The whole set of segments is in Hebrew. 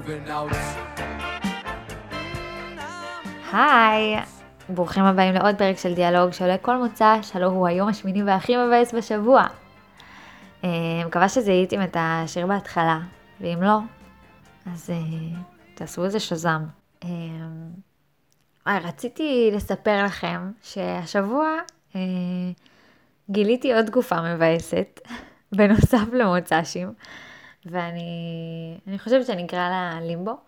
moving out. היי, ברוכים הבאים לעוד פרק של דיאלוג שעולה כל מוצא, שלא הוא היום השמיני והכי מבאס בשבוע. מקווה שזיהיתם את השיר בהתחלה, ואם לא, אז תעשו איזה שזם. רציתי לספר לכם שהשבוע גיליתי עוד תקופה מבאסת, בנוסף למוצ"שים, ואני חושבת שנקרא לה לימבו.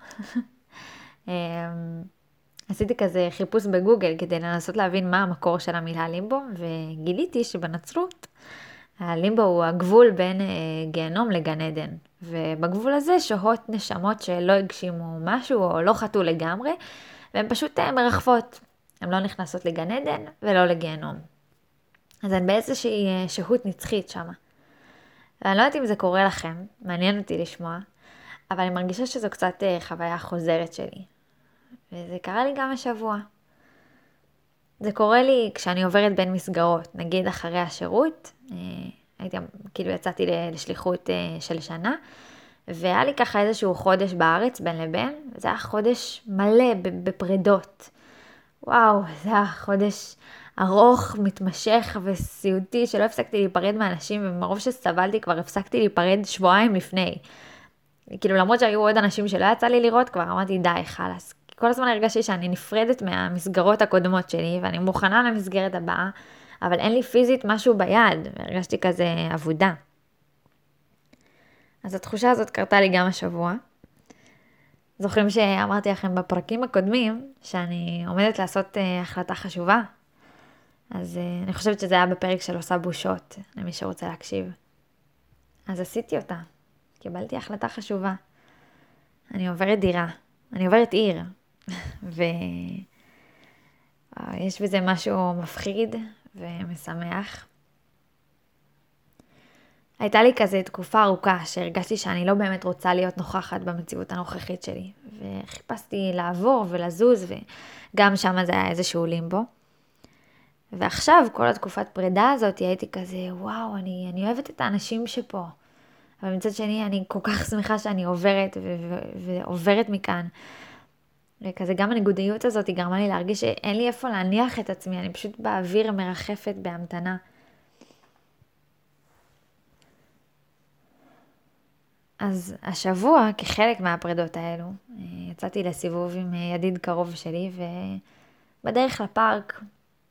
עשיתי כזה חיפוש בגוגל כדי לנסות להבין מה המקור של המילה לימבו, וגיליתי שבנצרות הלימבו הוא הגבול בין גיהנום לגן עדן, ובגבול הזה שוהות נשמות שלא הגשימו משהו או לא חטאו לגמרי, והן פשוט מרחפות, הן לא נכנסות לגן עדן ולא לגיהנום. אז הן באיזושהי שהות נצחית שמה. ואני לא יודעת אם זה קורה לכם, מעניין אותי לשמוע, אבל אני מרגישה שזו קצת חוויה חוזרת שלי. וזה קרה לי גם השבוע. זה קורה לי כשאני עוברת בין מסגרות, נגיד אחרי השירות, יצאתי לשליחות של שנה, והיה לי ככה איזשהו חודש בארץ בין לבין, וזה היה חודש מלא בפרדות. וואו, זה היה חודש ארוך, מתמשך וסיוטי, שלא הפסקתי להיפרד מאנשים, ומרוב שסבלתי כבר הפסקתי להיפרד שבועיים לפני. כאילו למרות שהיו עוד אנשים שלא יצא לי לראות, כבר אמרתי די, חלאס. כל הזמן הרגשתי שאני נפרדת מהמסגרות הקודמות שלי, ואני מוכנה למסגרת הבאה, אבל אין לי פיזית משהו ביד, והרגשתי כזה עבודה. אז התחושה הזאת קרתה לי גם השבוע. זוכרים שאמרתי לכם בפרקים הקודמים, שאני עומדת לעשות החלטה חשובה? אז אני חושבת שזה היה בפרק של עושה בושות, למי שרוצה להקשיב. אז עשיתי אותה. קיבלתי החלטה חשובה. אני עוברת דירה. אני עוברת עיר. ויש בזה משהו מפחיד ומשמח. הייתה לי כזה תקופה ארוכה שהרגשתי שאני לא באמת רוצה להיות נוכחת במציאות הנוכחית שלי. וחיפשתי לעבור ולזוז, וגם שם זה היה איזשהו לימבו. ועכשיו, כל התקופת פרידה הזאת, הייתי כזה, וואו, אני אוהבת את האנשים שפה. אבל מצד שני, אני כל כך שמחה שאני עוברת ועוברת מכאן. וכזה גם הניגודיות הזאת היא גרמה לי להרגיש שאין לי איפה להניח את עצמי, אני פשוט באוויר מרחפת בהמתנה. אז השבוע, כחלק מהפרידות האלו, יצאתי לסיבוב עם ידיד קרוב שלי, ובדרך לפארק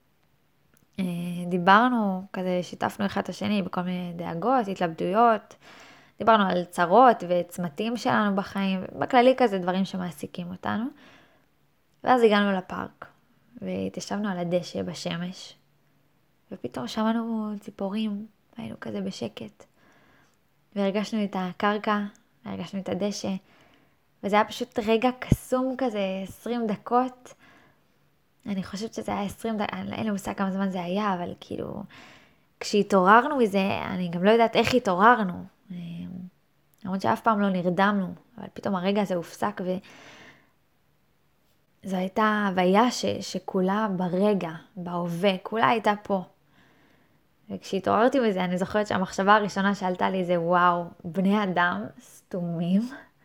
דיברנו, כזה שיתפנו אחד את השני בכל מיני דאגות, התלבטויות, דיברנו על צרות וצמתים שלנו בחיים, בכללי כזה דברים שמעסיקים אותנו. ואז הגענו לפארק, והתיישבנו על הדשא בשמש, ופתאום שמענו ציפורים, היינו כזה בשקט. והרגשנו את הקרקע, והרגשנו את הדשא, וזה היה פשוט רגע קסום כזה, 20 דקות. אני חושבת שזה היה 20 דקות, אין לי מושג כמה זמן זה היה, אבל כאילו, כשהתעוררנו מזה, אני גם לא יודעת איך התעוררנו. למרות שאף פעם לא נרדמנו, אבל פתאום הרגע הזה הופסק, זו הייתה הוויה שכולה ברגע, בהווה, כולה הייתה פה. וכשהתעוררתי מזה, אני זוכרת שהמחשבה הראשונה שעלתה לי זה, וואו, בני אדם סתומים.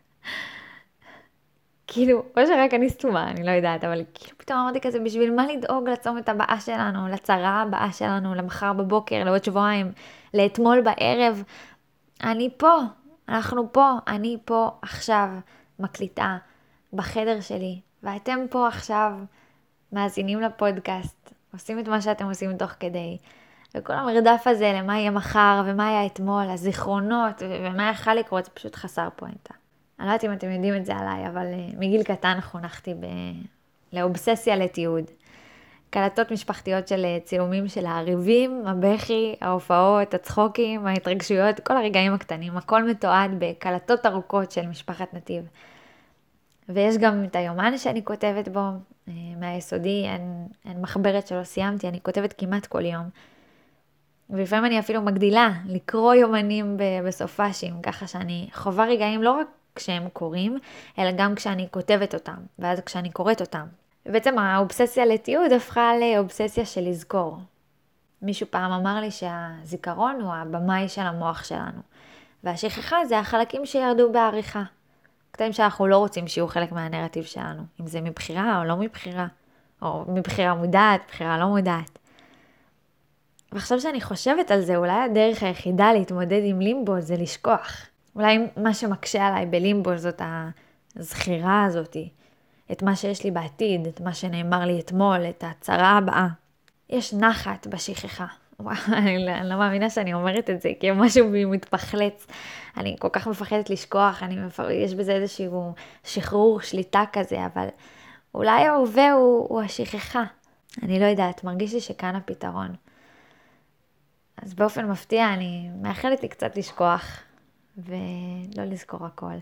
כאילו, או שרק אני סתומה, אני לא יודעת, אבל כאילו פתאום אמרתי כזה, בשביל מה לדאוג לצומת הבאה שלנו, לצרה הבאה שלנו, למחר בבוקר, לעוד שבועיים, לאתמול בערב. אני פה, אנחנו פה, אני פה עכשיו מקליטה בחדר שלי, ואתם פה עכשיו מאזינים לפודקאסט, עושים את מה שאתם עושים תוך כדי. וכל המרדף הזה למה יהיה מחר ומה היה אתמול, הזיכרונות ומה יכל לקרות, זה פשוט חסר פואנטה. אני לא יודעת אם אתם יודעים את זה עליי, אבל מגיל קטן חונכתי לאובססיה לתיעוד. קלטות משפחתיות של צילומים של הריבים, הבכי, ההופעות, הצחוקים, ההתרגשויות, כל הרגעים הקטנים, הכל מתועד בקלטות ארוכות של משפחת נתיב. ויש גם את היומן שאני כותבת בו, מהיסודי, אין מחברת שלא סיימתי, אני כותבת כמעט כל יום. ולפעמים אני אפילו מגדילה לקרוא יומנים בסופשים, ככה שאני חווה רגעים לא רק כשהם קורים, אלא גם כשאני כותבת אותם, ואז כשאני קוראת אותם. ובעצם האובססיה לתיעוד הפכה לאובססיה של לזכור. מישהו פעם אמר לי שהזיכרון הוא הבמאי של המוח שלנו, והשכחה זה החלקים שירדו בעריכה. קטעים שאנחנו לא רוצים שיהיו חלק מהנרטיב שלנו, אם זה מבחירה או לא מבחירה, או מבחירה מודעת, בחירה לא מודעת. ועכשיו שאני חושבת על זה, אולי הדרך היחידה להתמודד עם לימבו זה לשכוח. אולי מה שמקשה עליי בלימבו זאת הזכירה הזאת, את מה שיש לי בעתיד, את מה שנאמר לי אתמול, את הצרה הבאה. יש נחת בשכחה. וואו, אני לא מאמינה שאני אומרת את זה, כי משהו בי מתפחלץ. אני כל כך מפחדת לשכוח, יש בזה איזשהו שחרור, שליטה כזה, אבל אולי ההווה הוא השכחה. אני לא יודעת, מרגיש לי שכאן הפתרון. אז באופן מפתיע אני מאחלת לי קצת לשכוח, ולא לזכור הכל.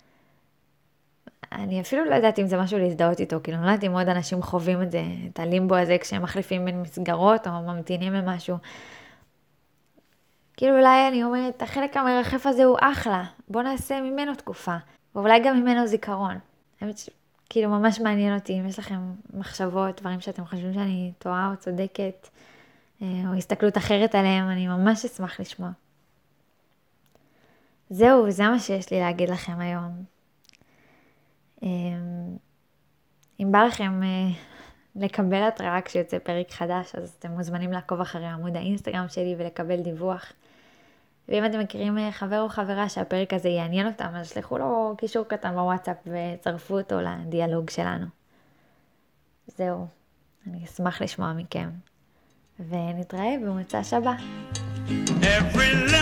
אני אפילו לא יודעת אם זה משהו להזדהות איתו, כאילו לא יודעת אם עוד אנשים חווים את זה, את הלימבו הזה כשהם מחליפים בין מסגרות או ממתינים למשהו. כאילו אולי אני אומרת, החלק המרחף הזה הוא אחלה, בוא נעשה ממנו תקופה, ואולי גם ממנו זיכרון. האמת שכאילו ממש מעניין אותי, אם יש לכם מחשבות, דברים שאתם חושבים שאני טועה או צודקת, או הסתכלות אחרת עליהם, אני ממש אשמח לשמוע. זהו, וזה מה שיש לי להגיד לכם היום. אם בא לכם לקבל התראה כשיוצא פרק חדש, אז אתם מוזמנים לעקוב אחרי עמוד האינסטגרם שלי ולקבל דיווח. ואם אתם מכירים חבר או חברה שהפרק הזה יעניין אותם, אז שלחו לו קישור קטן בוואטסאפ וצרפו אותו לדיאלוג שלנו. זהו, אני אשמח לשמוע מכם. ונתראה במוצ"ש הבא.